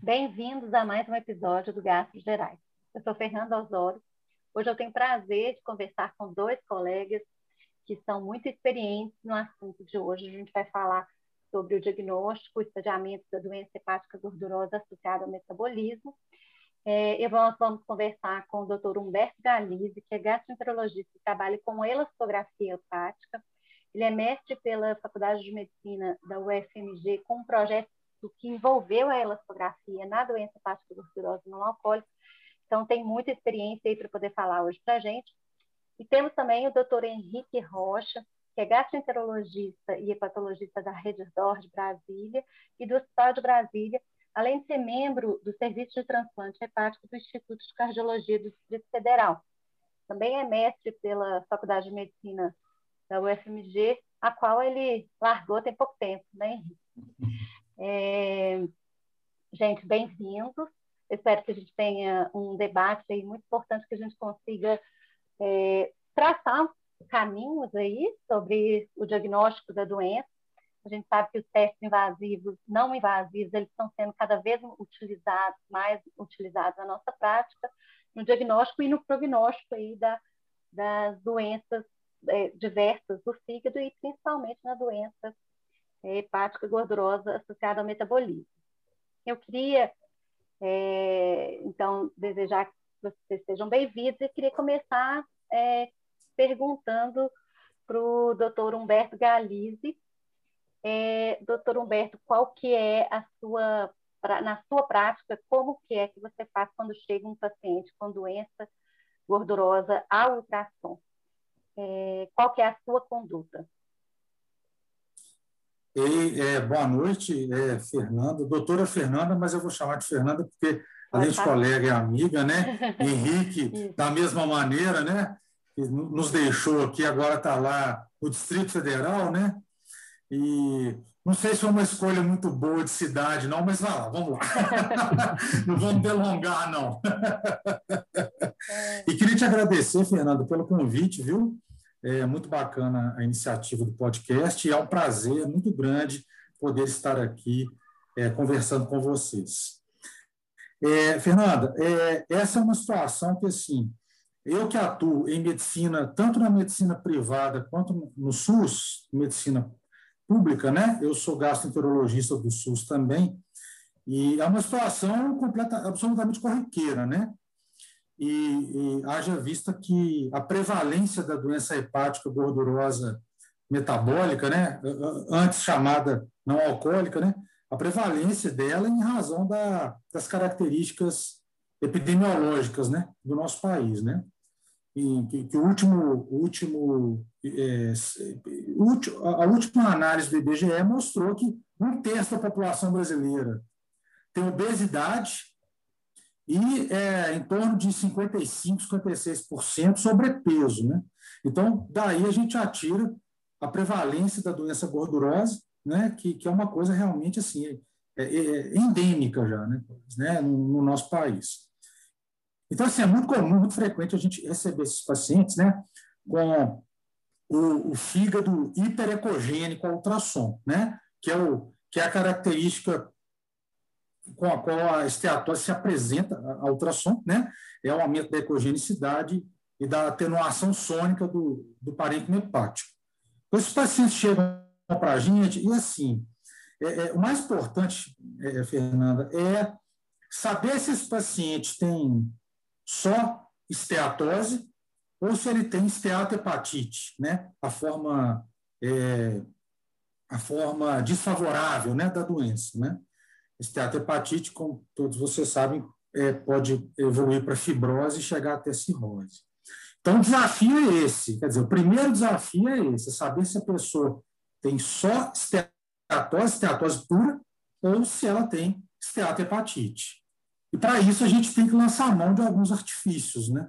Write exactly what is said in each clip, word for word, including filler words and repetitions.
Bem-vindos a mais um episódio do Gastros Gerais. Eu sou Fernanda Osório. Hoje eu tenho o prazer de conversar com dois colegas que são muito experientes no assunto de hoje. A gente vai falar sobre o diagnóstico e estadiamento da doença hepática gordurosa associada ao metabolismo. É, e nós vamos conversar com o doutor Humberto Galizzi, que é gastroenterologista e trabalha com elastografia hepática. Ele é mestre pela Faculdade de Medicina da U F M G com um projeto que envolveu a elastografia na doença hepática gordurosa não alcoólica. Então, tem muita experiência aí para poder falar hoje para a gente. E temos também o doutor Henrique Rocha, que é gastroenterologista e hepatologista da Rede D'Or de Brasília e do Hospital de Brasília, além de ser membro do Serviço de Transplante Hepático do Instituto de Cardiologia do Distrito Federal. Também é mestre pela Faculdade de Medicina da U F M G, a qual ele largou tem pouco tempo, né, Henrique? É... Gente, bem-vindos. Espero que a gente tenha um debate aí muito importante, que a gente consiga é, traçar caminhos aí sobre o diagnóstico da doença. A gente sabe que os testes invasivos, não invasivos, eles estão sendo cada vez utilizados, mais utilizados na nossa prática, no diagnóstico e no prognóstico aí da, das doenças é, diversas do fígado e principalmente na doença é, hepática gordurosa associada ao metabolismo. Eu queria, é, então, desejar que vocês sejam bem-vindos e queria começar é, perguntando para o doutor Humberto Galizzi. É, doutor Humberto, qual que é a sua, pra, na sua prática, como que é que você faz quando chega um paciente com doença gordurosa ao ultrassom? É, qual que é a sua conduta? Ei, é, boa noite, é, Fernanda, doutora Fernanda, mas eu vou chamar de Fernanda porque, além de colega e amiga, né? Henrique, da mesma maneira, né? Que nos deixou aqui, agora está lá no Distrito Federal, né? E não sei se foi uma escolha muito boa de cidade, não, mas vai lá, vamos lá. Não vamos delongar, não. E queria te agradecer, Fernanda, pelo convite, viu? É muito bacana a iniciativa do podcast e é um prazer muito grande poder estar aqui é, conversando com vocês. É, Fernanda, é, essa é uma situação que, assim, eu que atuo em medicina, tanto na medicina privada quanto no SUS, medicina pública, né? Eu sou gastroenterologista do SUS também, e é uma situação completa, absolutamente corriqueira, né? E, e haja vista que a prevalência da doença hepática gordurosa metabólica, né, antes chamada não alcoólica, né, a prevalência dela é em razão da, das características epidemiológicas, né, do nosso país, né, e que, que o último, o último, é, a última análise do I B G E mostrou que um terço da população brasileira tem obesidade e é, em torno de cinquenta e cinco, cinquenta e seis por cento sobrepeso, né? Então, daí a gente atira a prevalência da doença gordurosa, né? Que, que é uma coisa realmente assim, é, é endêmica já, né? né? No, no nosso país. Então, assim, é muito comum, muito frequente a gente receber esses pacientes, né? Com o, o fígado hiperecogênico ao ultrassom, né? Que é, o, que é a característica com a qual a esteatose se apresenta ao ultrassom, né? É o aumento da ecogenicidade e da atenuação sônica do, do parênquima hepático. Então, esses pacientes chegam para a gente e, assim, é, é, o mais importante, é, Fernanda, é saber se esse paciente tem só esteatose ou se ele tem esteatohepatite, né? A forma, é, a forma desfavorável, né, da doença, né? Esteatohepatite, como todos vocês sabem, é, pode evoluir para fibrose e chegar até cirrose. Então, o desafio é esse. Quer dizer, o primeiro desafio é esse, é saber se a pessoa tem só esteatose, esteatose pura, ou se ela tem esteatohepatite. E, para isso, a gente tem que lançar a mão de alguns artifícios, né?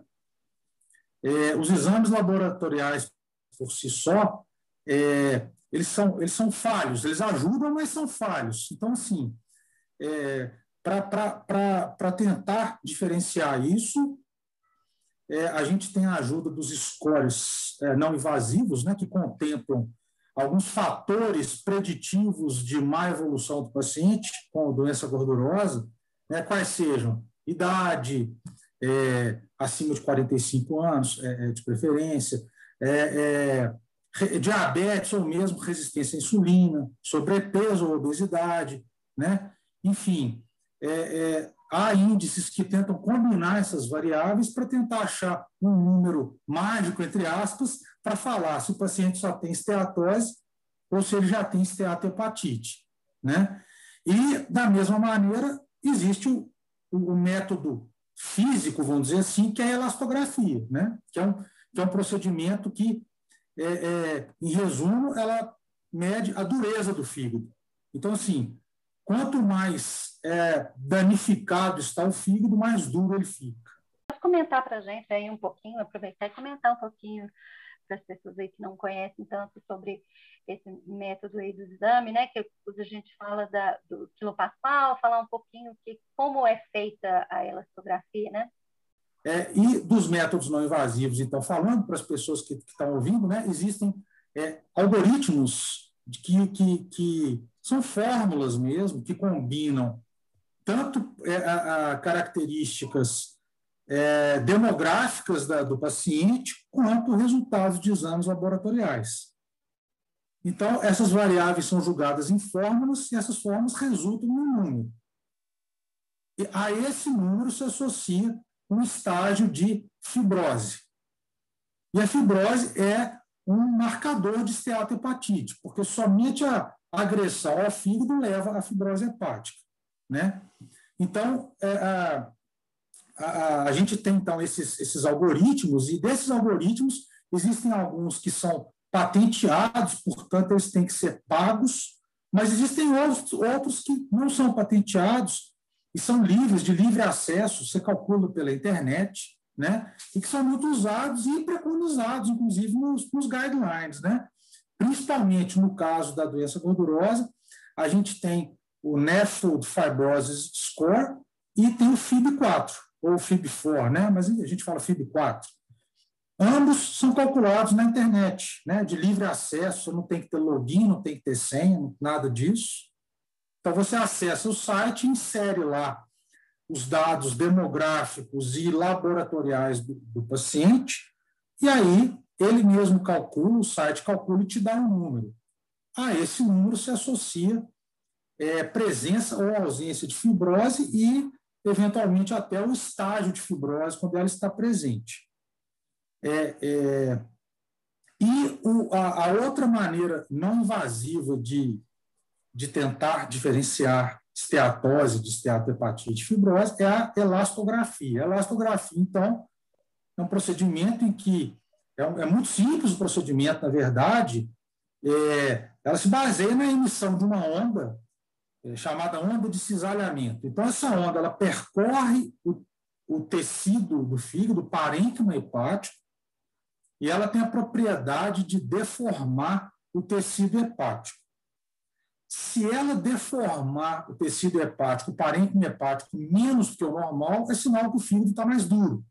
É, os exames laboratoriais, por si só, é, eles, são, eles são falhos, eles ajudam, mas são falhos. Então, assim, É, para tentar diferenciar isso, é, a gente tem a ajuda dos scores é, não invasivos, né, que contemplam alguns fatores preditivos de má evolução do paciente com doença gordurosa, né, quais sejam idade, é, acima de quarenta e cinco anos, é, de preferência, é, é, diabetes ou mesmo resistência à insulina, sobrepeso ou obesidade, né? Enfim, é, é, há índices que tentam combinar essas variáveis para tentar achar um número mágico, entre aspas, para falar se o paciente só tem esteatose ou se ele já tem esteatohepatite, né? E, da mesma maneira, existe o, o método físico, vamos dizer assim, que é a elastografia, né? Que é um, que é um procedimento que, é, é, em resumo, ela mede a dureza do fígado. Então, assim, quanto mais é, danificado está o fígado, mais duro ele fica. Pode comentar para a gente aí um pouquinho, aproveitar e comentar um pouquinho para as pessoas aí que não conhecem tanto sobre esse método aí do exame, né? Que a gente fala da, do quilopascal, falar um pouquinho que, como é feita a elastografia, né? É, e dos métodos não invasivos, então, falando para as pessoas que, que estão ouvindo, né, existem é, algoritmos que, que, que são fórmulas mesmo, que combinam tanto é, a, a características é, demográficas da, do paciente, quanto resultados de exames laboratoriais. Então, essas variáveis são julgadas em fórmulas e essas fórmulas resultam num número. E a esse número se associa um estágio de fibrose. E a fibrose é um marcador de esteatohepatite, porque somente a agressão ao fígado leva à fibrose hepática, né? Então, é, a, a, a gente tem, então, esses, esses algoritmos, e desses algoritmos existem alguns que são patenteados, portanto, eles têm que ser pagos, mas existem outros, outros que não são patenteados e são livres, de livre acesso, você calcula pela internet, né? E que são muito usados e preconizados, inclusive, nos, nos guidelines, né? Principalmente no caso da doença gordurosa, a gente tem o NAFLD Fibrosis Score e tem o F I B quatro, ou F I B quatro, né? Mas a gente fala F I B quatro. Ambos são calculados na internet, né? De livre acesso, não tem que ter login, não tem que ter senha, nada disso. Então, você acessa o site e insere lá os dados demográficos e laboratoriais do, do paciente, e aí ele mesmo calcula, o site calcula e te dá um número. A esse número se associa é, presença ou ausência de fibrose e, eventualmente, até o estágio de fibrose, quando ela está presente. É, é, e o, a, a outra maneira não invasiva de, de tentar diferenciar esteatose de esteatohepatite e fibrose é a elastografia. A elastografia, então, é um procedimento em que é, é muito simples o procedimento, na verdade, é, ela se baseia na emissão de uma onda é, chamada onda de cisalhamento. Então, essa onda ela percorre o, o tecido do fígado, o parênquima hepático, e ela tem a propriedade de deformar o tecido hepático. Se ela deformar o tecido hepático, o parênquima hepático, menos que o normal, é sinal que o fígado está mais duro.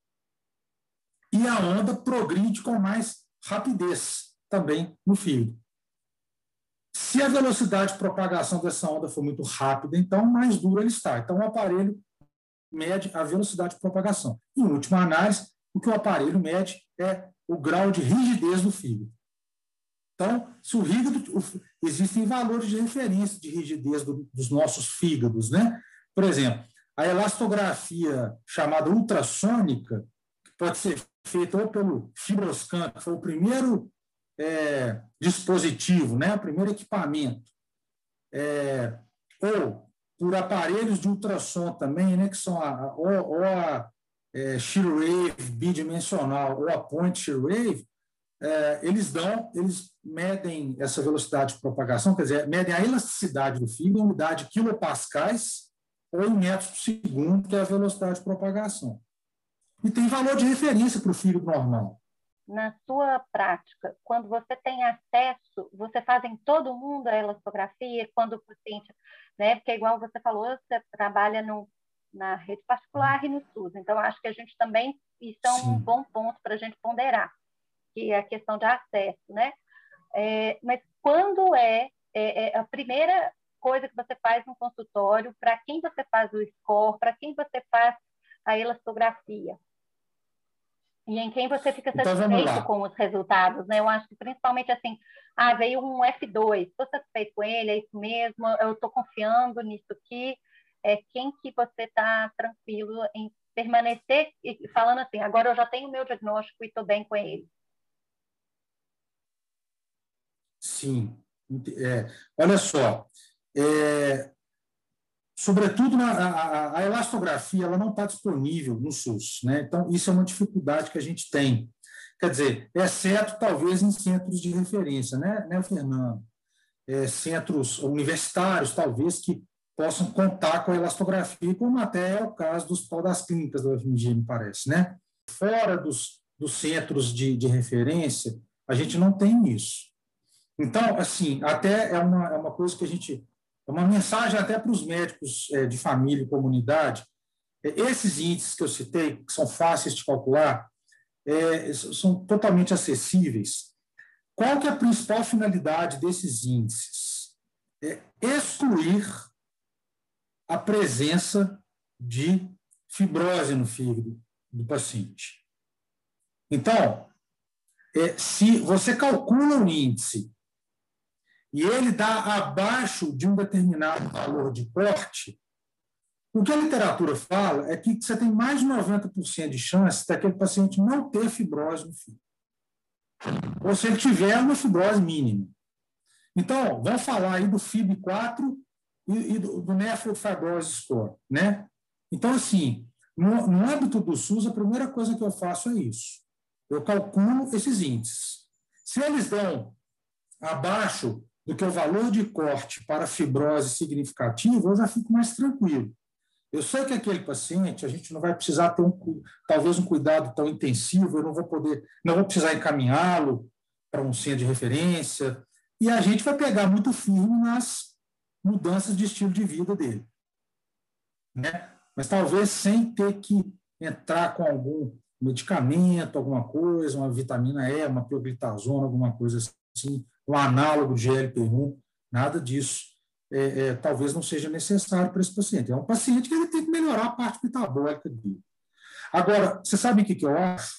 E a onda progride com mais rapidez também no fígado. Se a velocidade de propagação dessa onda for muito rápida, então mais duro ele está. Então o aparelho mede a velocidade de propagação. Em última análise, o que o aparelho mede é o grau de rigidez do fígado. Então, se o fígado, existem valores de referência de rigidez do, dos nossos fígados, né? Por exemplo, a elastografia chamada ultrassônica, que pode ser feita ou pelo Fibroscan, que foi o primeiro é, dispositivo, né? O primeiro equipamento, é, ou por aparelhos de ultrassom também, né? Que são a, ou, ou a é, Shearwave bidimensional ou a Point Shearwave, é, eles dão, eles medem essa velocidade de propagação, quer dizer, medem a elasticidade do fígado em unidade de quilopascais ou em metros por segundo, que é a velocidade de propagação. E tem valor de referência para o fígado normal. Na sua prática, quando você tem acesso, você faz em todo mundo a elastografia, quando o paciente, né, porque igual você falou, você trabalha no, na rede particular e no SUS, então acho que a gente também, isso é um Sim. bom ponto para a gente ponderar, que é a questão de acesso, né? É, mas quando é, é, é a primeira coisa que você faz no consultório, para quem você faz o score, para quem você faz a elastografia. E em quem você fica Então, vamos satisfeito lá. com os resultados, né? Eu acho que principalmente assim, ah, veio um F dois, estou satisfeito com ele, é isso mesmo, eu estou confiando nisso aqui. É quem que você está tranquilo em permanecer e falando assim, agora eu já tenho o meu diagnóstico e estou bem com ele. Sim. É, olha só, é, sobretudo na, a, a elastografia ela não está disponível no SUS, né? Então, isso é uma dificuldade que a gente tem. Quer dizer, exceto talvez em centros de referência, né, né Fernando? É, centros universitários, talvez, que possam contar com a elastografia, como até é o caso dos pau das clínicas da U F M G, me parece, né? Fora dos, dos centros de, de referência, a gente não tem isso. Então, assim, até é uma, é uma coisa que a gente... É uma mensagem até para os médicos é, de família e comunidade. É, esses índices que eu citei, que são fáceis de calcular, é, são totalmente acessíveis. Qual que é a principal finalidade desses índices? É excluir a presença de fibrose no fígado do paciente. Então, é, se você calcula um índice e ele dá abaixo de um determinado valor de corte, o que a literatura fala é que você tem mais de noventa por cento de chance daquele paciente não ter fibrose no fígado. Ou se ele tiver uma fibrose mínima. Então, vamos falar aí do F I B quatro e, e do, do Nephroid Fibrosis Score, né? Então, assim, no, no âmbito do SUS, a primeira coisa que eu faço é isso. Eu calculo esses índices. Se eles dão abaixo do que o valor de corte para fibrose significativa, eu já fico mais tranquilo. Eu sei que aquele paciente, a gente não vai precisar ter um, talvez um cuidado tão intensivo, eu não vou poder, não vou precisar encaminhá-lo para um centro de referência, e a gente vai pegar muito firme nas mudanças de estilo de vida dele, né? Mas talvez sem ter que entrar com algum medicamento, alguma coisa, uma vitamina E, uma pioglitazona, alguma coisa assim, um análogo de G L P um, nada disso. É, é, talvez não seja necessário para esse paciente. É um paciente que ele tem que melhorar a parte metabólica dele. Agora, você sabe o que, que eu acho?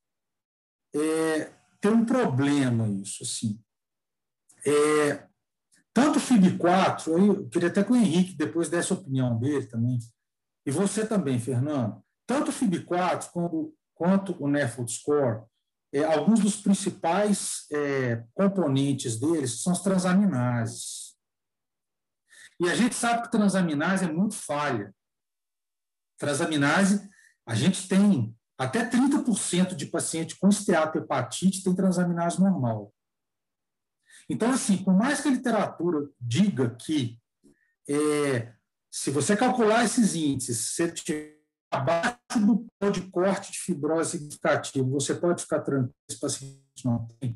É, tem um problema isso, assim. É, tanto o F I B quatro, eu queria até que o Henrique depois desse a opinião dele também, e você também, Fernando, tanto o F I B quatro quanto, quanto o Nephroid Score, é, alguns dos principais é, componentes deles são as transaminases. E a gente sabe que transaminase é muito falha. Transaminase, a gente tem até trinta por cento de paciente com esteatohepatite tem transaminase normal. Então, assim, por mais que a literatura diga que é, se você calcular esses índices, se ele estiver abaixo do ponto de corte de fibrose significativo, você pode ficar tranquilo, esse paciente não tem.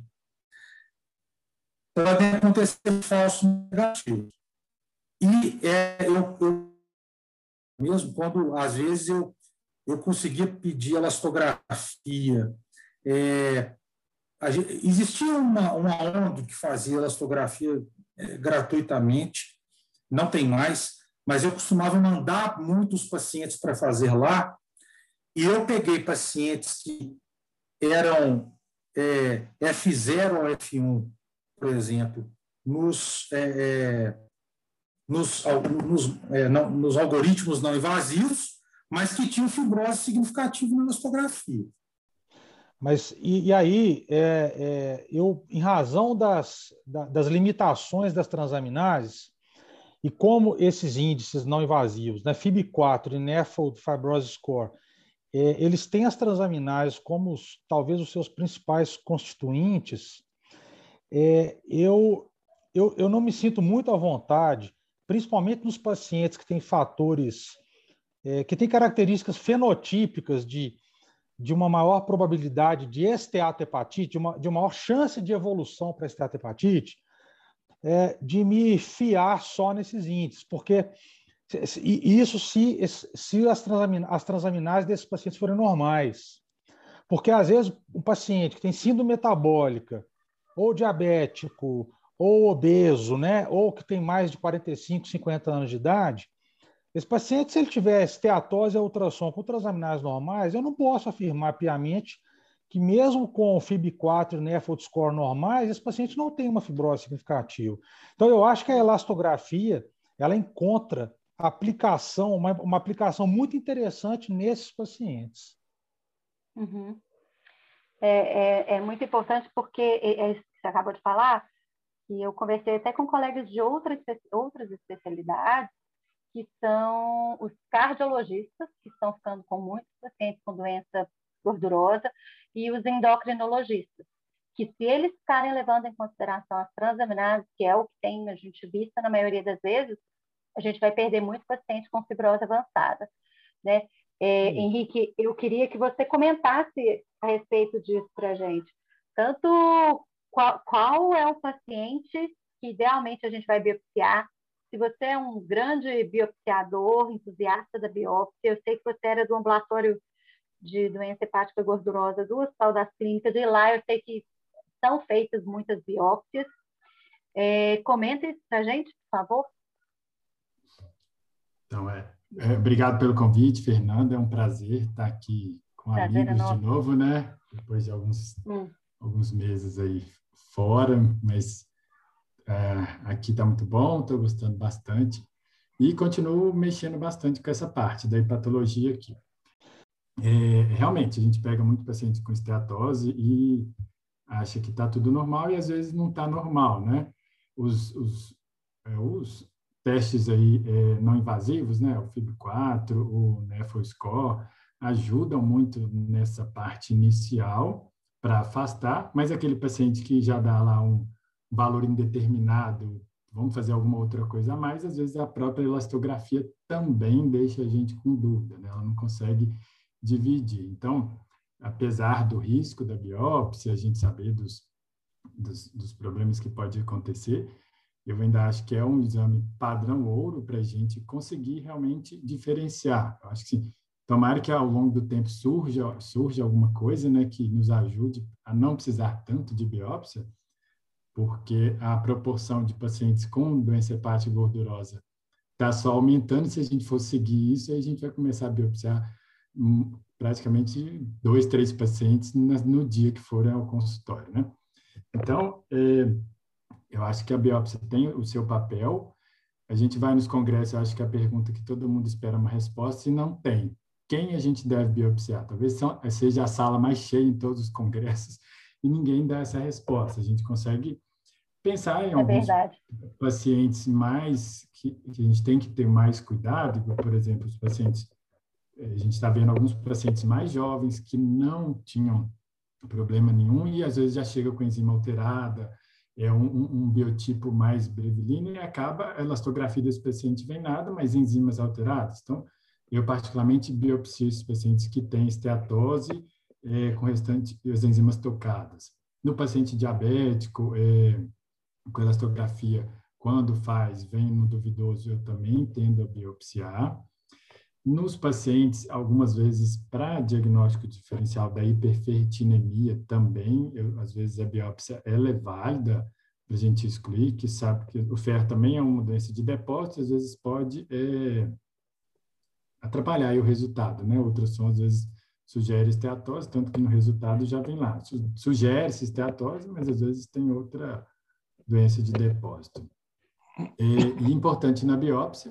Podem acontecer falsos negativos. E é, eu, eu mesmo, quando às vezes eu, eu conseguia pedir elastografia, é, a gente, existia uma, uma O N G que fazia elastografia é, gratuitamente, não tem mais, mas eu costumava mandar muitos pacientes para fazer lá, e eu peguei pacientes que eram é, F zero ou F um, por exemplo, nos, é, é, nos, nos, é, não, nos algoritmos não invasivos, mas que tinham fibrose significativa na elastografia. Mas, e, e aí, é, é, eu, em razão das, das limitações das transaminases, e como esses índices não invasivos, né, F I B quatro e Nephroid Fibrosis Score, é, eles têm as transaminases como os, talvez os seus principais constituintes, é, eu, eu, eu não me sinto muito à vontade, principalmente nos pacientes que têm fatores, é, que têm características fenotípicas de, de uma maior probabilidade de esteatohepatite, de uma, de uma maior chance de evolução para esteatohepatite, é, de me fiar só nesses índices, porque e isso se, se as, transamina, as transaminases desses pacientes forem normais. Porque, às vezes, um paciente que tem síndrome metabólica, ou diabético, ou obeso, né, ou que tem mais de quarenta e cinco, cinquenta anos de idade, esse paciente, se ele tiver esteatose e ultrassom com transaminase normais, eu não posso afirmar piamente que mesmo com F I B quatro e NEFOD score normais, esse paciente não tem uma fibrose significativa. Então, eu acho que a elastografia, ela encontra aplicação, uma, uma aplicação muito interessante nesses pacientes. Uhum. É, é, é muito importante porque é, é isso que você acabou de falar, e eu conversei até com colegas de outras, outras especialidades, que são os cardiologistas, que estão ficando com muitos pacientes com doença gordurosa, e os endocrinologistas, que se eles ficarem levando em consideração as transaminases, que é o que tem a gente vista na maioria das vezes, a gente vai perder muito paciente com fibrose avançada, né? É, Henrique, eu queria que você comentasse a respeito disso para a gente. Tanto qual, qual é o paciente que idealmente a gente vai biopsiar. Se você é um grande biopsiador, entusiasta da biópsia, eu sei que você era do ambulatório de doença hepática gordurosa do Hospital das Clínicas, e lá eu sei que são feitas muitas biópsias. É, comenta isso para a gente, por favor. Então, é, é, obrigado pelo convite, Fernanda. É um prazer estar aqui com prazer amigos de novo, né? Depois de alguns, hum. alguns meses aí fora, mas é, aqui está muito bom, estou gostando bastante. E continuo mexendo bastante com essa parte da hepatologia aqui. É, realmente, a gente pega muito paciente com esteatose e acha que está tudo normal e às vezes não está normal, né? Os, os, é, os testes aí é, não invasivos, né? O F I B quatro, o NEFOD score, ajudam muito nessa parte inicial para afastar, mas aquele paciente que já dá lá um valor indeterminado, vamos fazer alguma outra coisa a mais, às vezes a própria elastografia também deixa a gente com dúvida, né? Ela não consegue dividir. Então, apesar do risco da biópsia, a gente saber dos, dos, dos problemas que pode acontecer, eu ainda acho que é um exame padrão ouro para a gente conseguir realmente diferenciar. Eu acho que sim, tomara que ao longo do tempo surja, surja alguma coisa, né, que nos ajude a não precisar tanto de biópsia, porque a proporção de pacientes com doença hepática gordurosa está só aumentando. Se a gente for seguir isso, aí a gente vai começar a biopsiar hum, praticamente dois, três pacientes no dia que forem ao consultório, né? Então, é, eu acho que a biópsia tem o seu papel. A gente vai nos congressos, eu acho que a pergunta que todo mundo espera uma resposta, e não tem. Quem a gente deve biopsiar? Talvez seja a sala mais cheia em todos os congressos e ninguém dá essa resposta. A gente consegue pensar em é alguns verdade. pacientes mais que, que a gente tem que ter mais cuidado, por exemplo, os pacientes, a gente está vendo alguns pacientes mais jovens que não tinham problema nenhum e às vezes já chega com enzima alterada, é um, um, um biotipo mais brevilíneo e acaba a elastografia desse paciente vem nada, mas enzimas alteradas. Então, eu particularmente biopsio esses pacientes que têm esteatose é, com restante as enzimas tocadas. No paciente diabético, é, com elastografia, quando faz, vem no duvidoso, eu também tendo a biopsiar. Nos pacientes, algumas vezes, para diagnóstico diferencial da hiperferritinemia também, eu, às vezes a biópsia ela é válida para a gente excluir, que sabe que o ferro também é uma doença de depósito, às vezes pode é, atrapalhar aí o resultado, né? O ultrassom, às vezes, sugere esteatose, tanto que no resultado já vem lá. Sugere-se esteatose, mas às vezes tem outra doença de depósito. E, e importante na biópsia,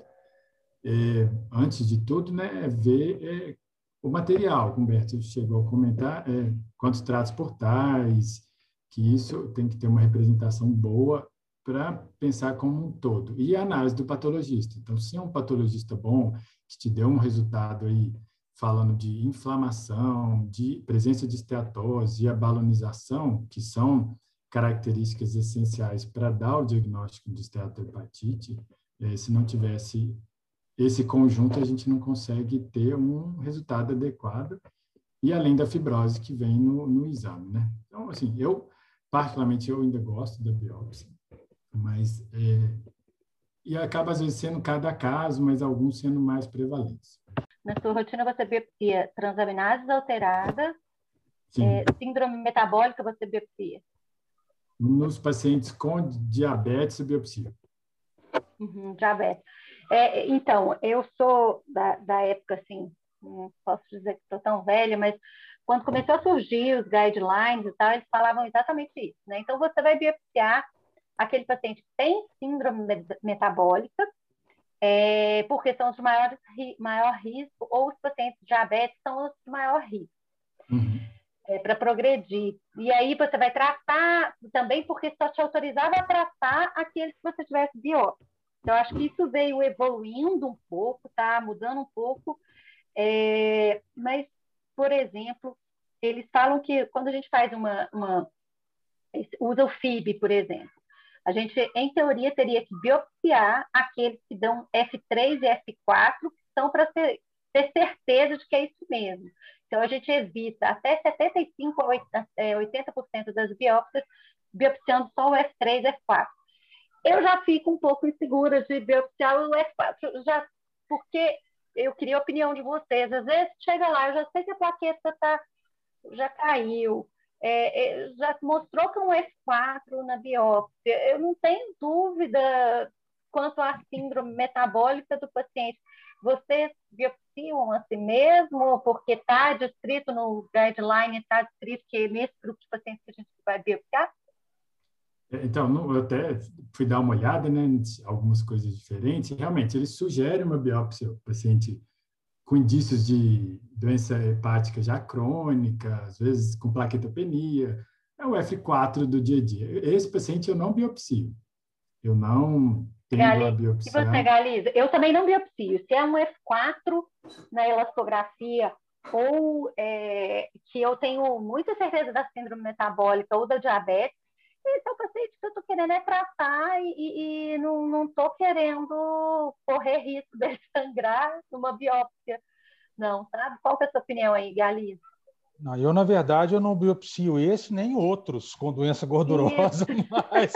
é, antes de tudo, né, é ver é, o material, como o Humberto chegou a comentar, é, quantos tratos portais, que isso tem que ter uma representação boa para pensar como um todo. E a análise do patologista. Então, se é um patologista bom, que te deu um resultado aí, falando de inflamação, de presença de esteatose e a balonização, que são características essenciais para dar o diagnóstico de esteatohepatite, é, se não tivesse esse conjunto, a gente não consegue ter um resultado adequado, e além da fibrose que vem no, no exame, né? Então, assim, eu, particularmente, eu ainda gosto da biópsia, mas, é, e acaba, às vezes, sendo cada caso, mas alguns sendo mais prevalentes. Na sua rotina, você biopsia transaminases alteradas, é, síndrome metabólica, você biopsia? nos pacientes com diabetes e biopsia. Uhum, diabetes. É, então, eu sou da, da época, assim, não posso dizer que estou tão velha, mas quando começou a surgir os guidelines e tal, eles falavam exatamente isso, né? Então, você vai biopsiar aquele paciente que tem síndrome metabólica, é, porque são os de maior, maior risco, ou os pacientes diabéticos são os de maior risco. Uhum. É, para progredir. E aí você vai tratar também, porque só te autorizava a tratar aqueles que você tivesse biópsia. Então, acho que isso veio evoluindo um pouco, tá? Mudando um pouco. É, mas, por exemplo, eles falam que quando a gente faz uma, uma... usa o F I B, por exemplo, a gente, em teoria, teria que biopsiar aqueles que dão F três e F quatro, que são para ter certeza de que é isso mesmo. Então, a gente evita até setenta e cinco por cento a oitenta por cento das biópsias, biopsiando só o F três e F quatro. Eu já fico um pouco insegura de biopsiar o F quatro, já, porque eu queria a opinião de vocês. Às vezes, chega lá, eu já sei que a plaqueta tá, já caiu, é, é, já mostrou que é um F quatro na biópsia. Eu não tenho dúvida quanto à síndrome metabólica do paciente. Vocês biopsiam assim mesmo, porque está descrito no guideline, está descrito que é nesse grupo de pacientes que a gente vai biopsiar? Então, eu até fui dar uma olhada, né, em algumas coisas diferentes. Realmente, eles sugerem uma biópsia ao paciente com indícios de doença hepática já crônica, às vezes com plaquetopenia. É o F quatro do dia a dia. Esse paciente eu não biopsio. Eu não tendo a biopsiar. E você, Galiza? Eu também não biopsio. Se é um F quatro na elastografia ou é, que eu tenho muita certeza da síndrome metabólica ou da diabetes, esse é o paciente que eu estou querendo é tratar e, e, e não estou querendo correr risco de sangrar numa biópsia, não, sabe? Qual que é a sua opinião aí, Galiza? Não, eu, na verdade, eu não biopsio esse nem outros com doença gordurosa, Isso. mas...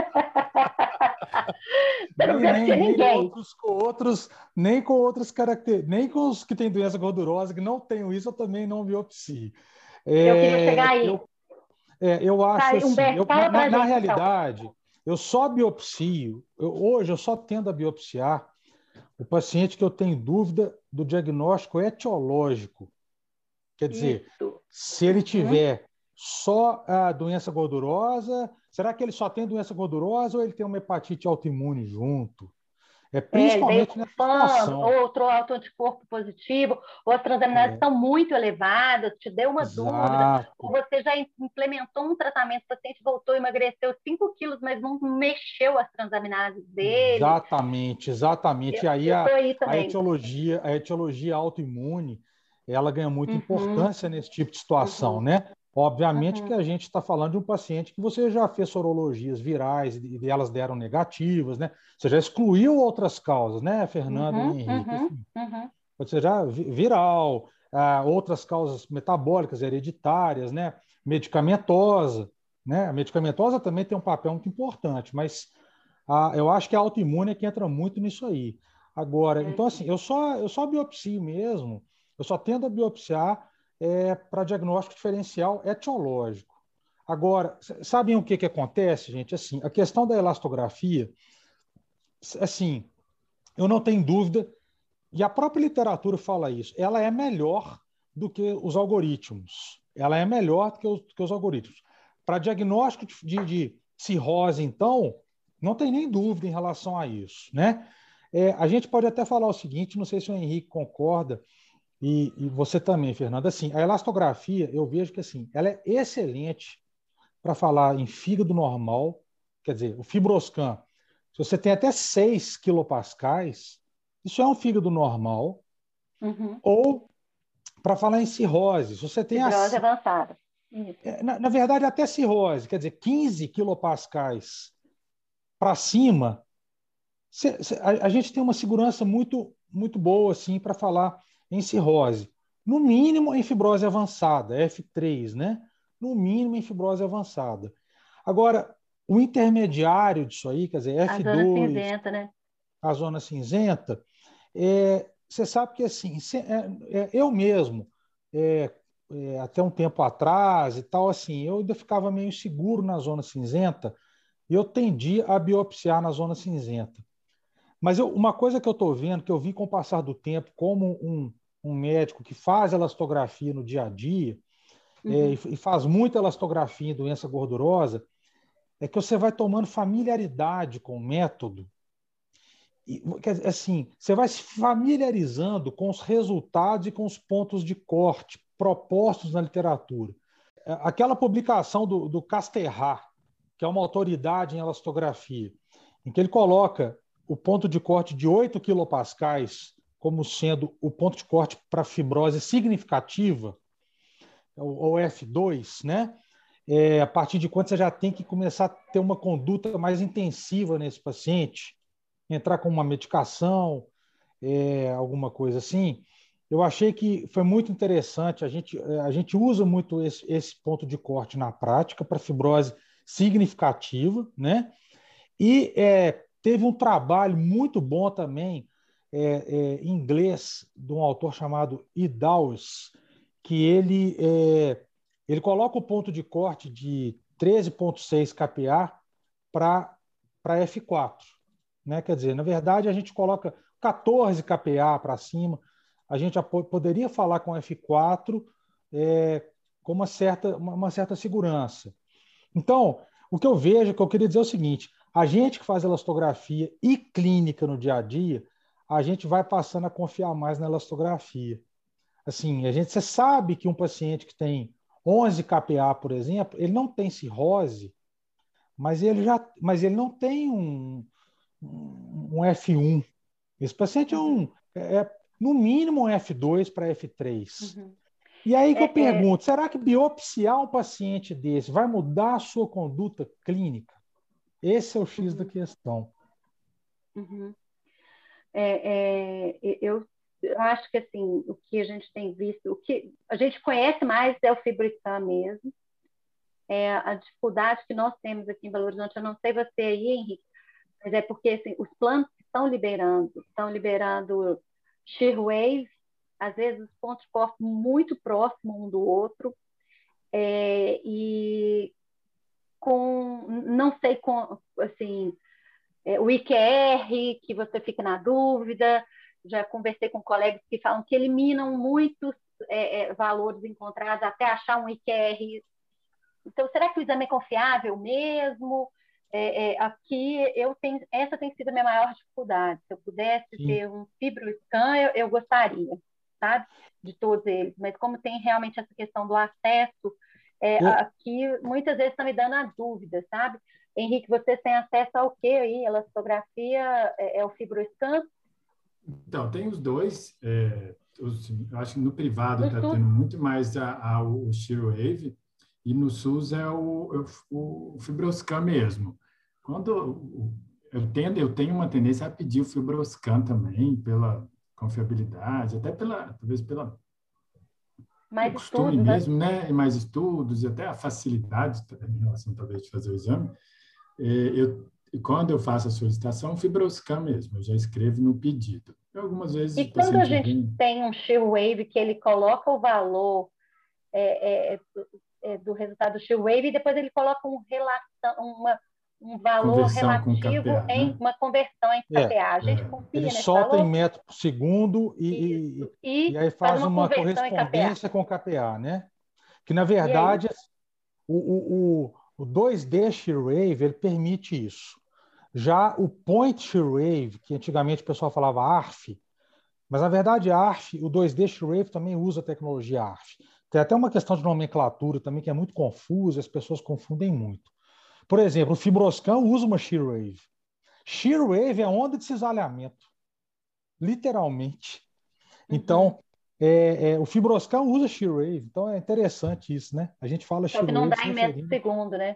nem, nem, nem, nem outros com outros, nem com outras características, nem com os que têm doença gordurosa, que não tenho isso, eu também não biopsio. É, eu queria chegar aí. Eu, é, eu acho Vai, assim, Humberto, eu, fala na, pra na gente, realidade, então. eu só biopsio, eu, hoje eu só tendo a biopsiar o paciente que eu tenho dúvida do diagnóstico etiológico. Quer dizer, Isso. se ele Uhum. tiver só a doença gordurosa, será que ele só tem doença gordurosa ou ele tem uma hepatite autoimune junto? É principalmente é, nessa situação. Ou outro autoanticorpo positivo, ou as transaminases é. estão muito elevadas, te deu uma Exato. dúvida, ou você já implementou um tratamento, o paciente voltou e emagreceu cinco quilos, mas não mexeu as transaminases dele. Exatamente, exatamente. Eu, e aí, eu a, aí a etiologia, a etiologia autoimune, ela ganha muita uhum. importância nesse tipo de situação, uhum. né? Obviamente uhum. que a gente está falando de um paciente que você já fez sorologias virais e elas deram negativas, né? Você já excluiu outras causas, né, Fernando uhum. e Henrique? Uhum. Uhum. Pode ser já viral, ah, outras causas metabólicas, hereditárias, né? Medicamentosa, né? A medicamentosa também tem um papel muito importante, mas ah, eu acho que a autoimune é que entra muito nisso aí. Agora, uhum. então assim, eu só, eu só biopsio mesmo, eu só tendo a biopsiar é, para diagnóstico diferencial etiológico. Agora, sabem o que, que acontece, gente? Assim, a questão da elastografia, assim, eu não tenho dúvida, e a própria literatura fala isso, ela é melhor do que os algoritmos. Ela é melhor do que os, que os algoritmos. Para diagnóstico de, de cirrose, então, não tem nem dúvida em relação a isso, né? É, a gente pode até falar o seguinte, não sei se o Henrique concorda, E, e você também, Fernanda, assim, a elastografia, eu vejo que assim, ela é excelente para falar em fígado normal, quer dizer, o Fibroscan, se você tem até seis quilopascais, isso é um fígado normal, uhum. ou para falar em cirrose, se você tem... Fibrose a, avançada. Na, na verdade, até cirrose, quer dizer, quinze quilopascais para cima, cê, cê, a, a gente tem uma segurança muito, muito boa assim, para falar em cirrose. No mínimo em fibrose avançada, F três, né? No mínimo em fibrose avançada. Agora, o intermediário disso aí, quer dizer, F dois... A zona cinzenta, né? A zona cinzenta, é, você sabe que assim, é, é, eu mesmo, é, é, até um tempo atrás e tal, assim, eu ainda ficava meio inseguro na zona cinzenta e eu tendia a biopsiar na zona cinzenta. Mas eu, uma coisa que eu estou vendo, que eu vi com o passar do tempo, como um, um médico que faz elastografia no dia a dia, uhum. é, e, e faz muita elastografia em doença gordurosa, é que você vai tomando familiaridade com o método. E, assim, você vai se familiarizando com os resultados e com os pontos de corte propostos na literatura. Aquela publicação do, do Casterra, que é uma autoridade em elastografia, em que ele coloca o ponto de corte de oito quilopascais como sendo o ponto de corte para fibrose significativa, ou F dois, né? É, a partir de quando você já tem que começar a ter uma conduta mais intensiva nesse paciente, entrar com uma medicação, é, alguma coisa assim. Eu achei que foi muito interessante. A gente, a gente usa muito esse, esse ponto de corte na prática para fibrose significativa, né? E é, teve um trabalho muito bom também, é, é, em inglês, de um autor chamado Eddowes, que ele, é, ele coloca o ponto de corte de treze vírgula seis kPa para F quatro. Né? Quer dizer, na verdade, a gente coloca quatorze kPa para cima. A gente já poderia falar com F quatro é, com uma certa, uma, uma certa segurança. Então, o que eu vejo, que eu queria dizer é o seguinte: a gente que faz elastografia e clínica no dia a dia, a gente vai passando a confiar mais na elastografia. Assim, a gente, você sabe que um paciente que tem onze kPa, por exemplo, ele não tem cirrose, mas ele, já, mas ele não tem um, um F um. Esse paciente uhum. é, um, é, no mínimo, um F dois para F três. Uhum. E aí que é, eu pergunto, é... será que biopsiar um paciente desse vai mudar a sua conduta clínica? Esse é o X uhum. da questão. Uhum. É, é, eu, eu acho que assim, o que a gente tem visto, o que a gente conhece mais é o FibroScan mesmo. É, a dificuldade que nós temos aqui em Belo Horizonte, eu não sei você aí, Henrique, mas é porque assim, os planos que estão liberando, estão liberando shear wave, às vezes os pontos de corte muito próximos um do outro, é, e com, não sei, com, assim, é, o I Q R, que você fica na dúvida, já conversei com colegas que falam que eliminam muitos é, é, valores encontrados até achar um I Q R. Então, será que o exame é confiável mesmo? É, é, aqui, eu tenho, essa tem sido a minha maior dificuldade. Se eu pudesse Sim. ter um FibroScan, eu, eu gostaria, sabe? De todos eles. Mas como tem realmente essa questão do acesso, é, eu... aqui muitas vezes estão me dando a dúvida, sabe? Henrique, vocês têm acesso ao quê aí? Elastografia é, é o FibroScan? Então, tem os dois. É, os, eu acho que no privado está tendo muito mais a, a, o shear wave, e no SUS é o, o, o FibroScan mesmo. Quando eu, tendo, eu tenho uma tendência a pedir o FibroScan também, pela confiabilidade, até pela, talvez pela mais costume estudos, mesmo, né? né? Mais estudos e até a facilidade em relação, talvez, de fazer o exame. Eu, quando eu faço a solicitação, o FibroScan mesmo, eu já escrevo no pedido. Algumas vezes e quando a gente vem... tem um shear wave que ele coloca o valor é, é, é, do resultado do shear wave e depois ele coloca um, relação, uma, um valor conversão relativo com K P A, em né? uma conversão em K P A. É, a gente é. confia ele nesse solta valor? em metro por segundo e, e, e, e aí faz, faz uma, uma correspondência em com o K P A, né? Que, na verdade, o, o, o, o dois D shear wave ele permite isso. Já o point shear wave, que antigamente o pessoal falava A R F, mas na verdade a R F, o dois D shear wave também usa a tecnologia A R F. Tem até uma questão de nomenclatura também que é muito confusa, as pessoas confundem muito. Por exemplo, o FibroScan usa uma shear wave. Shear wave é onda de cisalhamento, literalmente. Então, uhum. é, é, o FibroScan usa shear wave, então é interessante isso, né? A gente fala Só shear que não wave dá em metro por segundo, né?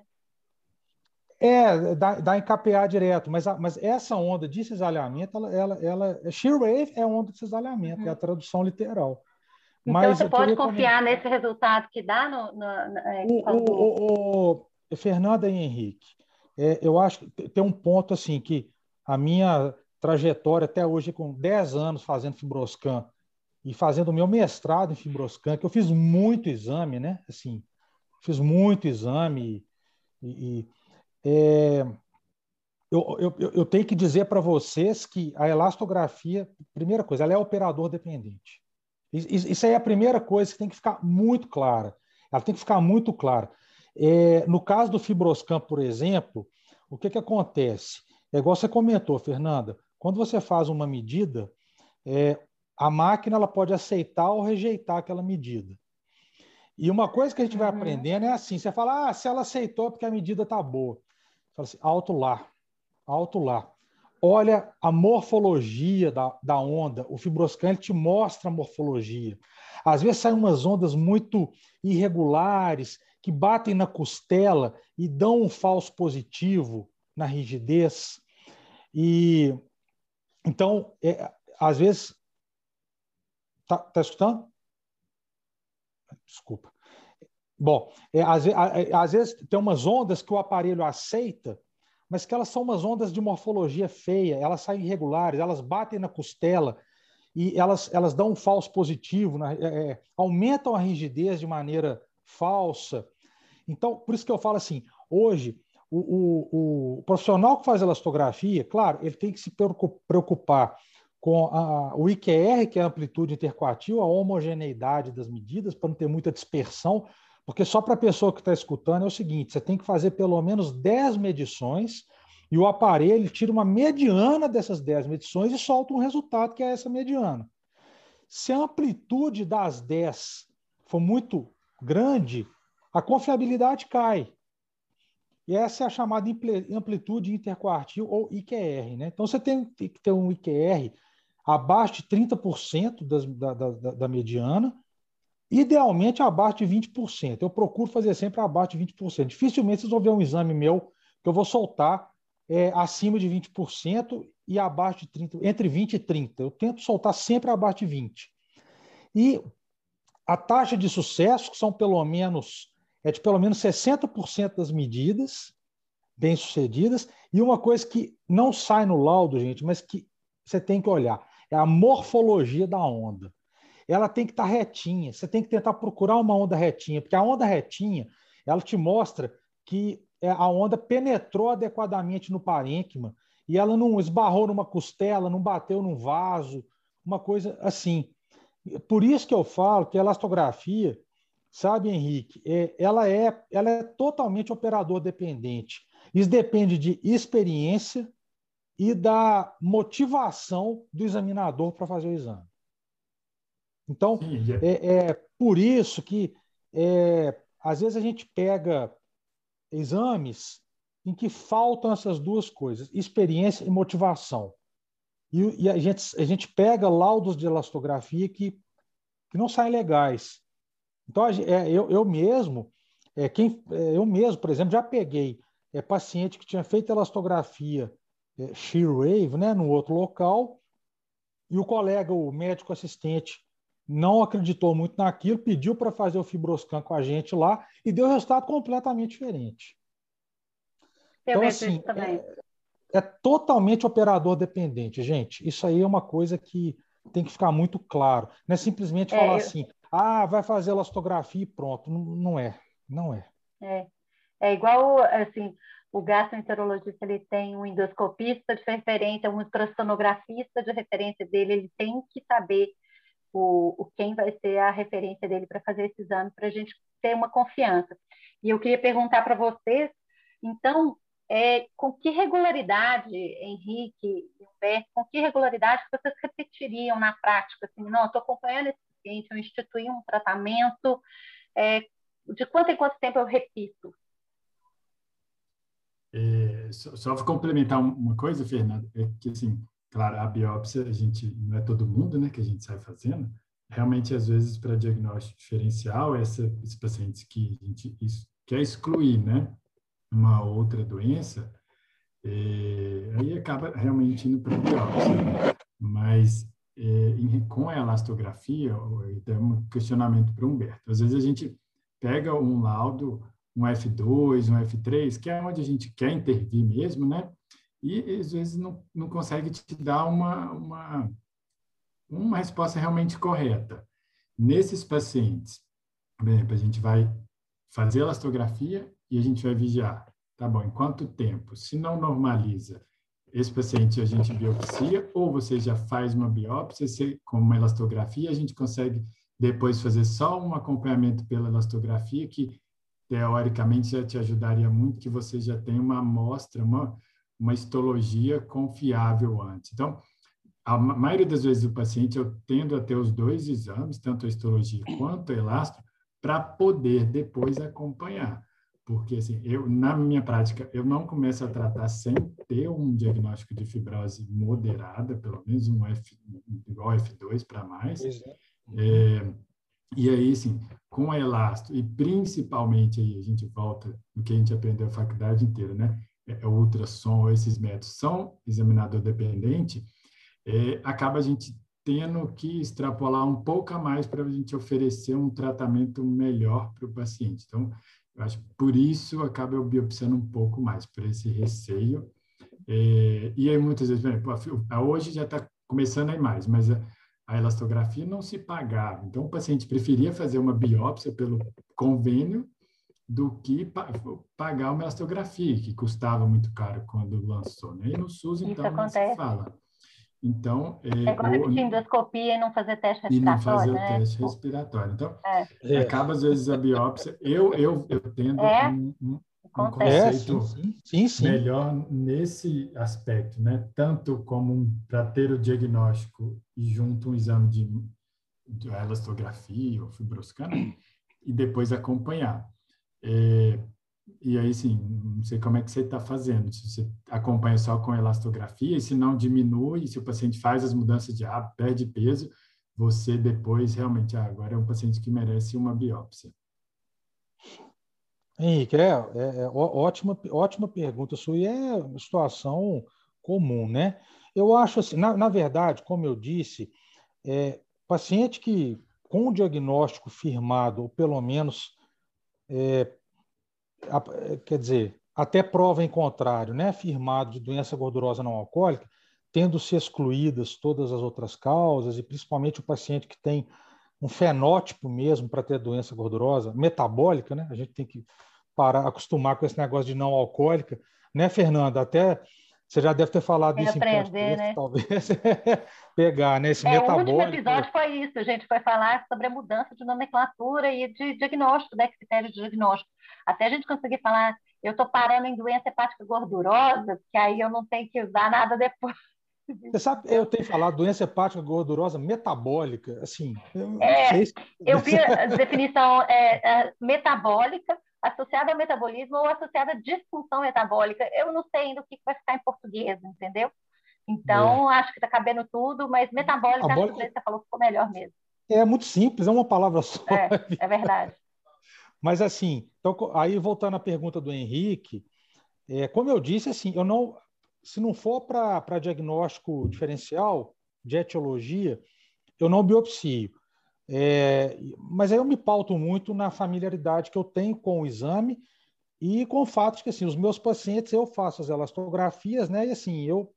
É, dá, dá em K P A direto, mas, a, mas essa onda de cisalhamento, ela, ela, ela, shear wave é onda de cisalhamento, uhum. é a tradução literal. Então, mas você pode confiar comentar... nesse resultado que dá no... no, no é, o, o, o, o, Fernanda e Henrique, é, eu acho que tem um ponto assim, que a minha trajetória até hoje, com dez anos fazendo FibroScan, e fazendo o meu mestrado em Fibroscan, que eu fiz muito exame, né? Assim, fiz muito exame e, e é, eu, eu, eu tenho que dizer para vocês que a elastografia, primeira coisa, ela é operador dependente. Isso aí é a primeira coisa que tem que ficar muito clara. Ela tem que ficar muito clara. É, no caso do Fibroscan, por exemplo, o que, que acontece? É igual você comentou, Fernanda, quando você faz uma medida, é, a máquina ela pode aceitar ou rejeitar aquela medida. E uma coisa que a gente vai aprendendo é assim, você fala, ah, se ela aceitou é porque a medida está boa. Você fala assim, alto lá, alto lá. Olha a morfologia da, da onda. O Fibroscan ele te mostra a morfologia. Às vezes saem umas ondas muito irregulares, que batem na costela e dão um falso positivo na rigidez. E então, é, às vezes... Tá, tá escutando? Desculpa. Bom, é, às, às vezes tem umas ondas que o aparelho aceita, mas que elas são umas ondas de morfologia feia, elas saem irregulares, elas batem na costela e elas, elas dão um falso positivo, né? é, é, aumentam a rigidez de maneira falsa. Então, por isso que eu falo assim, hoje, o, o, o profissional que faz elastografia, claro, ele tem que se preocupar com a, o I Q R, que é a amplitude intercoatil, a homogeneidade das medidas, para não ter muita dispersão, porque só para a pessoa que está escutando é o seguinte, você tem que fazer pelo menos dez medições e o aparelho tira uma mediana dessas dez medições e solta um resultado que é essa mediana. Se a amplitude das dez for muito grande, a confiabilidade cai. E essa é a chamada amplitude interquartil ou I Q R. Né? Então, você tem que ter um I Q R abaixo de trinta por cento das, da, da, da mediana, idealmente abaixo de vinte por cento. Eu procuro fazer sempre abaixo de vinte por cento. Dificilmente vocês vão ver um exame meu que eu vou soltar é, acima de vinte por cento e abaixo de trinta por cento, entre vinte e trinta por cento. Eu tento soltar sempre abaixo de vinte por cento. E a taxa de sucesso, que são pelo menos, é de pelo menos sessenta por cento das medidas bem-sucedidas, e uma coisa que não sai no laudo, gente, mas que você tem que olhar, é a morfologia da onda. Ela tem que estar retinha, você tem que tentar procurar uma onda retinha, porque a onda retinha, ela te mostra que a onda penetrou adequadamente no parênquima, e ela não esbarrou numa costela, não bateu num vaso, uma coisa assim. Por isso que eu falo que a elastografia, sabe, Henrique, é, ela, é, ela é totalmente operador dependente. Isso depende de experiência e da motivação do examinador para fazer o exame. Então, é, é por isso que, é, às vezes, a gente pega exames em que faltam essas duas coisas, experiência e motivação. E, e a, gente, a gente pega laudos de elastografia que, que não saem legais. Então, é, eu, eu mesmo, é, quem, é, eu mesmo, por exemplo, já peguei é, paciente que tinha feito elastografia é, shear wave, né, no outro local, e o colega, o médico assistente, não acreditou muito naquilo, pediu para fazer o Fibroscan com a gente lá e deu resultado completamente diferente. Eu então, vejo assim, isso também. É, é totalmente operador dependente, gente. Isso aí é uma coisa que tem que ficar muito claro. Não é simplesmente É, falar eu... assim, ah, vai fazer elastografia e pronto. Não, não é, não é. É, é igual, assim, o gastroenterologista, ele tem um endoscopista de referência, um ultrassonografista de referência dele, ele tem que saber o, o quem vai ser a referência dele para fazer esse exame, para a gente ter uma confiança. E eu queria perguntar para vocês, então, é, com que regularidade, Henrique e Humberto, com que regularidade vocês repetiriam na prática? Assim, não, estou acompanhando esse paciente, eu instituí um tratamento, é, de quanto em quanto tempo eu repito? É, só, só para complementar uma coisa, Fernanda, é que, assim, claro, a biópsia, a gente, não é todo mundo, né, que a gente sai fazendo. Realmente, às vezes, para diagnóstico diferencial, essa, esses pacientes que a gente quer excluir, né, uma outra doença, é, aí acaba realmente indo para a biópsia. Mas, é, em, com a elastografia, tem um questionamento para o Humberto. Às vezes, a gente pega um laudo, um F dois, um F três, que é onde a gente quer intervir mesmo, né? E, às vezes, não, não consegue te dar uma, uma, uma resposta realmente correta. Nesses pacientes, por exemplo, a gente vai fazer elastografia e a gente vai vigiar. Tá bom, em quanto tempo? Se não normaliza, esse paciente a gente biopsia, ou você já faz uma biópsia, se, com uma elastografia, a gente consegue depois fazer só um acompanhamento pela elastografia, que teoricamente já te ajudaria muito, que você já tem uma amostra, uma, uma histologia confiável antes. Então, a maioria das vezes o paciente, eu tendo a ter os dois exames, tanto a histologia quanto a elastro, para poder depois acompanhar. Porque, assim, eu, na minha prática, eu não começo a tratar sem ter um diagnóstico de fibrose moderada, pelo menos um F, igual F dois para mais. É, e aí, assim, com a elastro, e principalmente aí a gente volta no que a gente aprendeu a faculdade inteira, né? É, o ultrassom, esses métodos são examinador dependente, é, acaba a gente tendo que extrapolar um pouco a mais para a gente oferecer um tratamento melhor para o paciente. Então, eu acho que por isso acaba eu biopsiando um pouco mais, por esse receio. É, e aí, muitas vezes, hoje já está começando a ir mais, mas a, a elastografia não se pagava. Então, o paciente preferia fazer uma biópsia pelo convênio do que pa pagar uma elastografia, que custava muito caro quando lançou. Né? E no SUS, então, não se fala. Então, é, é igual o, repetir endoscopia e não fazer teste respiratório, e não fazer né? o teste respiratório. Então, é. acaba, às vezes, a biópsia. Eu, eu, eu tendo é. um, um, um É, conceito sim, sim, sim. melhor nesse aspecto, né? Tanto como um, para ter o diagnóstico e junto um exame de, de elastografia ou fibroscana e depois acompanhar. É, e aí, sim, não sei como é que você está fazendo, se você acompanha só com elastografia, e se não diminui, se o paciente faz as mudanças de hábito, perde peso, você depois realmente, ah, agora é um paciente que merece uma biópsia. Henrique, é, é, é ótima, ótima pergunta sua, e é uma situação comum, né? Eu acho assim, na, na verdade, como eu disse, é, paciente que com o diagnóstico firmado, ou pelo menos é, quer dizer, até prova em contrário, né, firmado de doença gordurosa não alcoólica, tendo-se excluídas todas as outras causas, e principalmente o paciente que tem um fenótipo mesmo para ter doença gordurosa, metabólica, né? A gente tem que parar, acostumar com esse negócio de não alcoólica, né, Fernanda? Até você já deve ter falado Tem isso em aprender, né? talvez pegar, né, esse é, metabólico. O último episódio foi isso, a gente foi falar sobre a mudança de nomenclatura e de diagnóstico, né, critério de diagnóstico. Até a gente conseguir falar, eu estou parando em doença hepática gordurosa, que aí eu não tenho que usar nada depois. Você sabe, eu tenho falado doença hepática gordurosa metabólica, assim, eu é, não sei se... Eu vi a definição é, é, metabólica, associada ao metabolismo ou associada à disfunção metabólica. Eu não sei ainda o que vai ficar em português, entendeu? Então, é. acho que está cabendo tudo, mas metabólica, metabólica, acho que você falou que ficou melhor mesmo. É muito simples, é uma palavra só. É, é verdade. Mas, assim, então, aí voltando à pergunta do Henrique, é, como eu disse, assim, eu não... Se não for para diagnóstico diferencial de etiologia, eu não biopsio. É, mas aí eu me pauto muito na familiaridade que eu tenho com o exame e com o fato de que assim, os meus pacientes eu faço as elastografias, né? E assim, eu,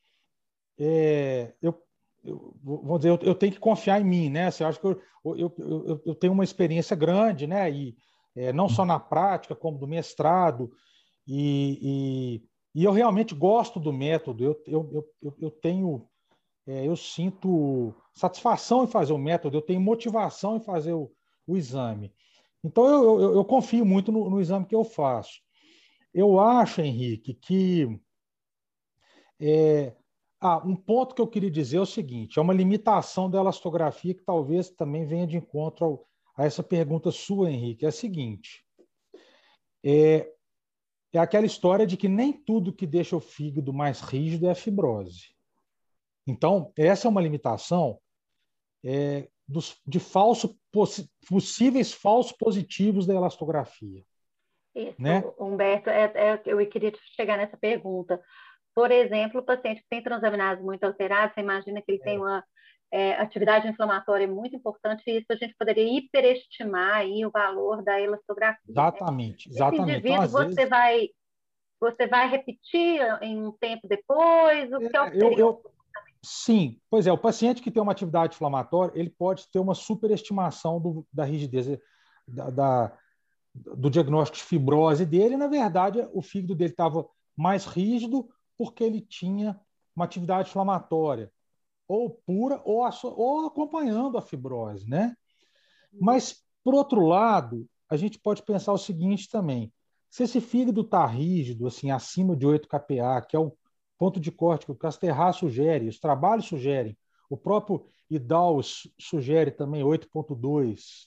é, eu, eu vou dizer, eu, eu tenho que confiar em mim, né? Assim, eu acho que eu, eu, eu, eu tenho uma experiência grande, né? E é, não só na prática, como do mestrado, e, e E eu realmente gosto do método, eu, eu, eu, eu tenho, é, eu sinto satisfação em fazer o método, eu tenho motivação em fazer o, o exame. Então, eu, eu, eu confio muito no, no exame que eu faço. Eu acho, Henrique, que é, ah, um ponto que eu queria dizer é o seguinte, é uma limitação da elastografia que talvez também venha de encontro ao, a essa pergunta sua, Henrique, é a seguinte, é, é aquela história de que nem tudo que deixa o fígado mais rígido é fibrose. Então, essa é uma limitação é, dos, de falso, possi, possíveis falsos positivos da elastografia. Isso, né? Humberto, é, é, eu queria chegar nessa pergunta. Por exemplo, o paciente que tem transaminases muito alterados, você imagina que ele é. tem uma é, atividade inflamatória muito importante, e isso a gente poderia hiperestimar aí o valor da elastografia. Exatamente, né? exatamente. Esse indivíduo, então, você, vezes... vai, você vai repetir em um tempo depois? O que é, eu, eu, Sim, pois é, o paciente que tem uma atividade inflamatória, ele pode ter uma superestimação do, da rigidez, da, da, do diagnóstico de fibrose dele. Na verdade, o fígado dele estava mais rígido porque ele tinha uma atividade inflamatória, ou pura, ou, ou acompanhando a fibrose, né? Mas, por outro lado, a gente pode pensar o seguinte também: se esse fígado está rígido, assim, acima de oito K P A, que é o ponto de corte que o Casterra sugere, os trabalhos sugerem, o próprio Idal sugere também oito ponto dois.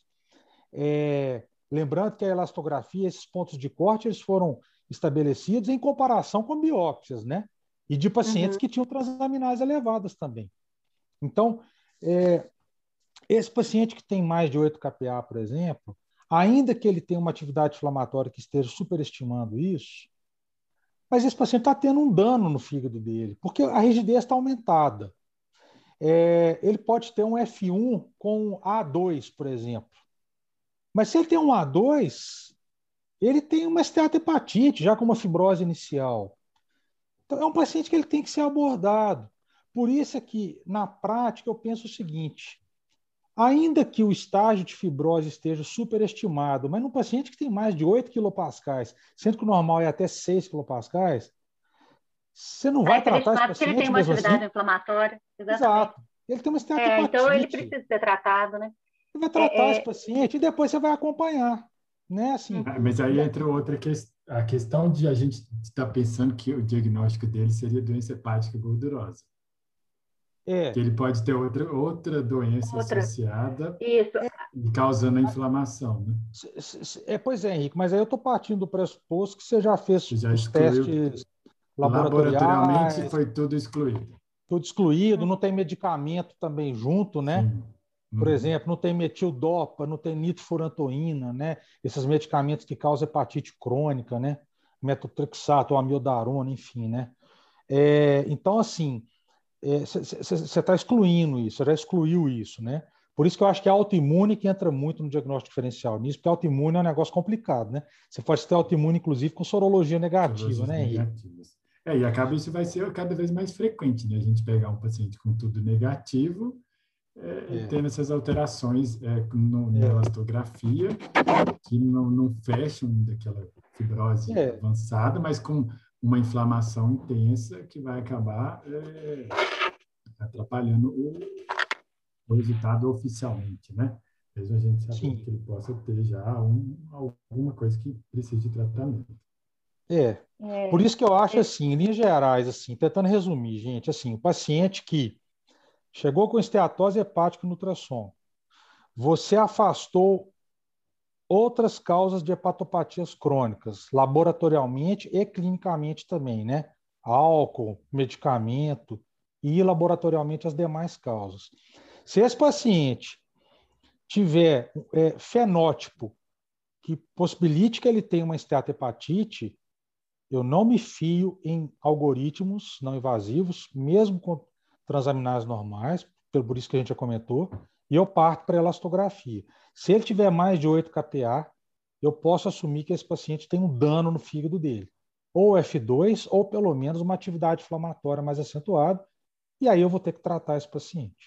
É, lembrando que a elastografia, esses pontos de corte, eles foram estabelecidos em comparação com biópsias, né? E de pacientes uhum. que tinham transaminases elevadas também. Então, é, esse paciente que tem mais de oito K P A, por exemplo, ainda que ele tenha uma atividade inflamatória que esteja superestimando isso, mas esse paciente está tendo um dano no fígado dele, porque a rigidez está aumentada. É, ele pode ter um F um com A dois, por exemplo. Mas se ele tem um A dois, ele tem uma esteatohepatite, já com uma fibrose inicial. Então, é um paciente que ele tem que ser abordado. Por isso é que, na prática, eu penso o seguinte: ainda que o estágio de fibrose esteja superestimado, mas num paciente que tem mais de oito quilopascais, sendo que o normal é até seis quilopascais, você não vai é, tratar esse paciente ele tem uma atividade assim? Inflamatória. Exatamente. Exato. Ele tem uma esteatohepatite. É, então ele precisa ser tratado, né? Você vai tratar é, esse paciente e depois você vai acompanhar, né? Assim, mas aí entra outra questão, a questão de a gente estar pensando que o diagnóstico dele seria doença hepática gordurosa. É. Que ele pode ter outra, outra doença outra. associada Isso. e causando a inflamação, né? É, pois é, Henrique, mas aí eu estou partindo do pressuposto que você já fez você já os excluiu. testes laboratoriais. Laboratorialmente foi tudo excluído. Tudo excluído, não tem medicamento também junto, né? Sim. Uhum. Por exemplo, não tem metildopa, não tem nitrofurantoína, né? Esses medicamentos que causam hepatite crônica, né? Metotrexato, amiodarona, enfim, né? É, então, assim, você está excluindo isso, você já excluiu isso, né? Por isso que eu acho que a autoimune que entra muito no diagnóstico diferencial nisso, porque a autoimune é um negócio complicado, né? Você pode ter autoimune, inclusive, com sorologia negativa, Sorologias né, Henrique? É, e acaba isso vai ser cada vez mais frequente, né? A gente pegar um paciente com tudo negativo é, é. e tendo essas alterações é, no, na é. elastografia, que não, não fecham daquela fibrose é. avançada, mas com uma inflamação intensa que vai acabar é, atrapalhando o, o resultado oficialmente, né? Mesmo a gente sabe que ele possa ter já um, alguma coisa que precise de tratamento. É. é, por isso que eu acho assim, em linhas gerais, assim, tentando resumir, gente, assim, o paciente que chegou com esteatose hepática no ultrassom, você afastou outras causas de hepatopatias crônicas, laboratorialmente e clinicamente também, né? Álcool, medicamento e laboratorialmente as demais causas. Se esse paciente tiver é, fenótipo que possibilite que ele tenha uma esteatohepatite, eu não me fio em algoritmos não invasivos, mesmo com transaminases normais, por isso que a gente já comentou, e eu parto para a elastografia. Se ele tiver mais de oito K P A, eu posso assumir que esse paciente tem um dano no fígado dele, ou F dois, ou pelo menos uma atividade inflamatória mais acentuada, e aí eu vou ter que tratar esse paciente.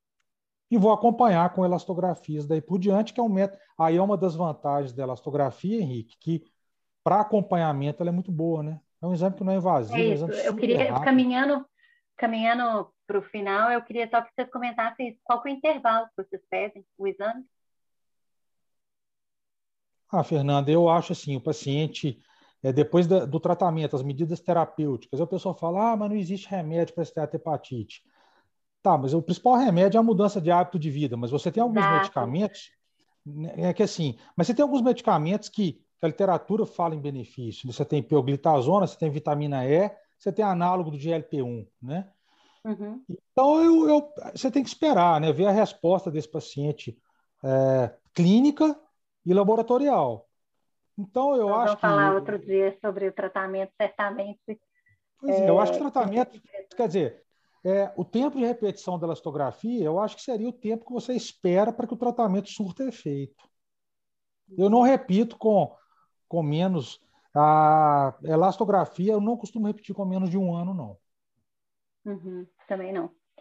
E vou acompanhar com elastografias daí por diante, que é um método. Aí é uma das vantagens da elastografia, Henrique, que para acompanhamento ela é muito boa, né? É um exame que não é invasivo, é, é um exame super eu queria, rápido. Caminhando, caminhando para o final, eu queria só que vocês comentassem qual que é o intervalo que vocês pedem, o exame. Ah, Fernanda, eu acho assim, o paciente, é, depois da, do tratamento, as medidas terapêuticas, a pessoa fala, ah, mas não existe remédio para esteatohepatite. Tá, mas o principal remédio é a mudança de hábito de vida, mas você tem alguns Exato. medicamentos, é que assim, mas você tem alguns medicamentos que, que a literatura fala em benefício. Você tem pioglitazona, você tem vitamina E, você tem análogo do G L P um, né? Uhum. Então, eu, eu, você tem que esperar, né? Ver a resposta desse paciente é, clínica e laboratorial. Então, eu Nós acho vamos que... falar outro dia sobre o tratamento, certamente. Pois é, é eu acho que o tratamento... Quer dizer, é, o tempo de repetição da elastografia, eu acho que seria o tempo que você espera para que o tratamento surta efeito. Eu não repito com, com menos... A elastografia, eu não costumo repetir com menos de um ano, não. Uhum, também não.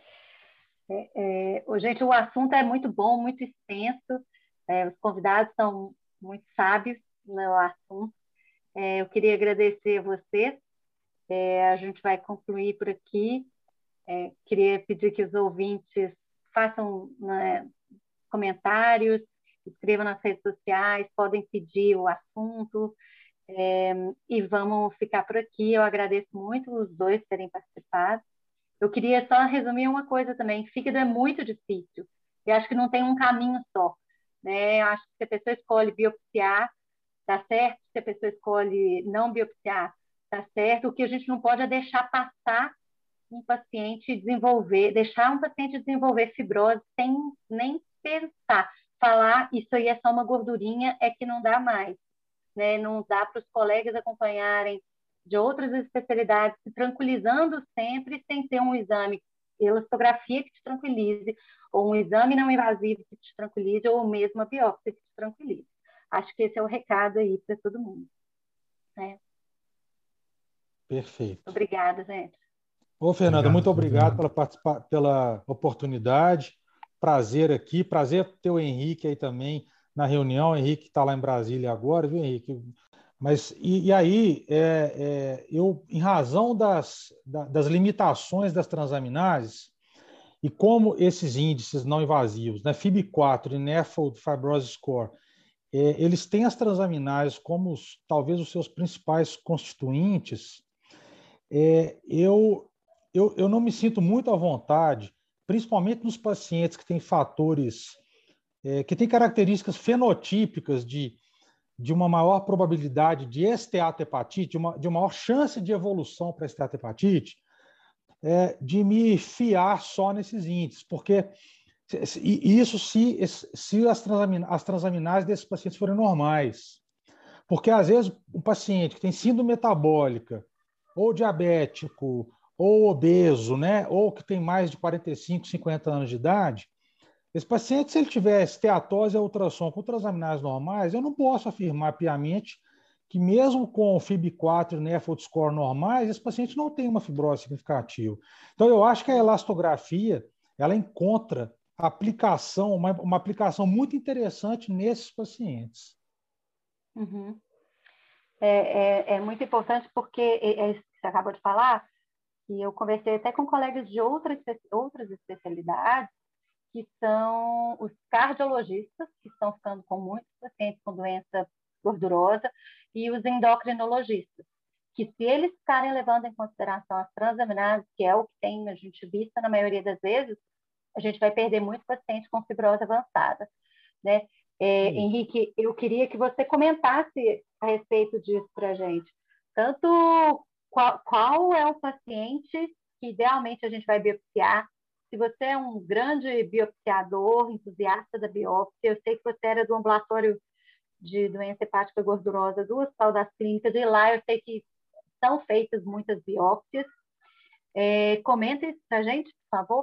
É, é, gente, o assunto é muito bom, muito extenso, é, os convidados são muito sábios no assunto. É, eu queria agradecer a você, é, a gente vai concluir por aqui. É, queria pedir que os ouvintes façam, né, comentários, escrevam nas redes sociais, podem pedir o assunto, é, e vamos ficar por aqui. Eu agradeço muito os dois terem participado. Eu queria só resumir uma coisa também: fígado é muito difícil, eu acho que não tem um caminho só, né? Eu acho que se a pessoa escolhe biopsiar, tá certo; se a pessoa escolhe não biopsiar, tá certo. O que a gente não pode é deixar passar um paciente desenvolver, deixar um paciente desenvolver fibrose sem nem pensar. Falar, isso aí é só uma gordurinha, é que não dá mais, né? Não dá para os colegas acompanharem de outras especialidades, se tranquilizando sempre, sem ter um exame, elastografia que te tranquilize, ou um exame não invasivo que te tranquilize, ou mesmo a biópsia que te tranquilize. Acho que esse é o recado aí para todo mundo, né? Perfeito. Obrigada, gente. Ô, Fernanda, Obrigado, muito obrigado Fernando. pela, participa- pela oportunidade. Prazer aqui. Prazer ter o Henrique aí também na reunião. O Henrique está lá em Brasília agora, viu, Henrique? Mas, e, e aí, é, é, eu, em razão das, da- das limitações das transaminases, e como esses índices não invasivos, né, F I B quatro e Nephroid Fibrosis Score, é, eles têm as transaminases como os, talvez os seus principais constituintes, é, eu, eu, eu não me sinto muito à vontade, principalmente nos pacientes que têm fatores, é, que têm características fenotípicas de, de uma maior probabilidade de esteatohepatite, de uma, de uma maior chance de evolução para esteatohepatite, é, de me fiar só nesses índices, porque e isso se, se as, transamina, as transaminases desses pacientes forem normais. Porque, às vezes, um paciente que tem síndrome metabólica, ou diabético, ou obeso, né? Ou que tem mais de quarenta e cinco, cinquenta anos de idade, esse paciente, se ele tiver esteatose e ultrassom com transaminases normais, eu não posso afirmar piamente que mesmo com o F I B quatro e Nephroid score normais, esse paciente não tem uma fibrose significativa. Então, eu acho que a elastografia, ela encontra aplicação, uma, uma aplicação muito interessante nesses pacientes. Uhum. É, é, é muito importante porque é, é isso que você acabou de falar, e eu conversei até com colegas de outras, outras especialidades, que são os cardiologistas, que estão ficando com muitos pacientes com doença gordurosa, e os endocrinologistas, que se eles ficarem levando em consideração as transaminases, que é o que tem a gente vista na maioria das vezes, a gente vai perder muito paciente com fibrose avançada, né? É, Henrique, eu queria que você comentasse a respeito disso para a gente. Tanto qual, qual é o paciente que idealmente a gente vai biopsiar. Se você é um grande biopsiador, entusiasta da biópsia, eu sei que você era do ambulatório de doença hepática gordurosa do Hospital das Clínicas, e lá eu sei que são feitas muitas biópsias. É, comenta isso para a gente, por favor.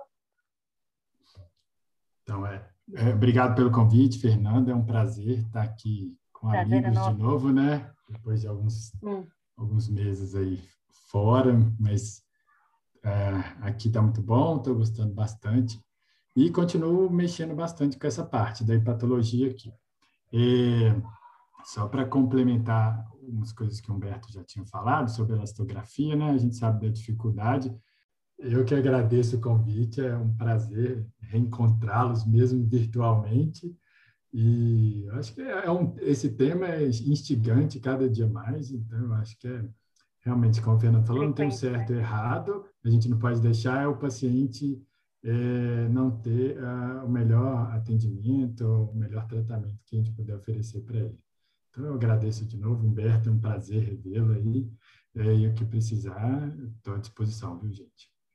Então, é, é, obrigado pelo convite, Fernanda. É um prazer estar aqui com Prazer amigos enorme. de novo, né? Depois de alguns, hum. alguns meses aí fora, mas é, aqui está muito bom, estou gostando bastante e continuo mexendo bastante com essa parte da hepatologia aqui. E, só para complementar umas coisas que o Humberto já tinha falado sobre a elastografia, né? A gente sabe da dificuldade. Eu que agradeço o convite, é um prazer reencontrá-los, mesmo virtualmente. E acho que é um, esse tema é instigante cada dia mais, então eu acho que é realmente, como o Fernando falou, não tem um certo e errado, a gente não pode deixar é o paciente é, não ter uh, o melhor atendimento, o melhor tratamento que a gente puder oferecer para ele. Então, eu agradeço de novo, Humberto, é um prazer revê-lo aí, é, e o que precisar, estou à disposição, viu, gente?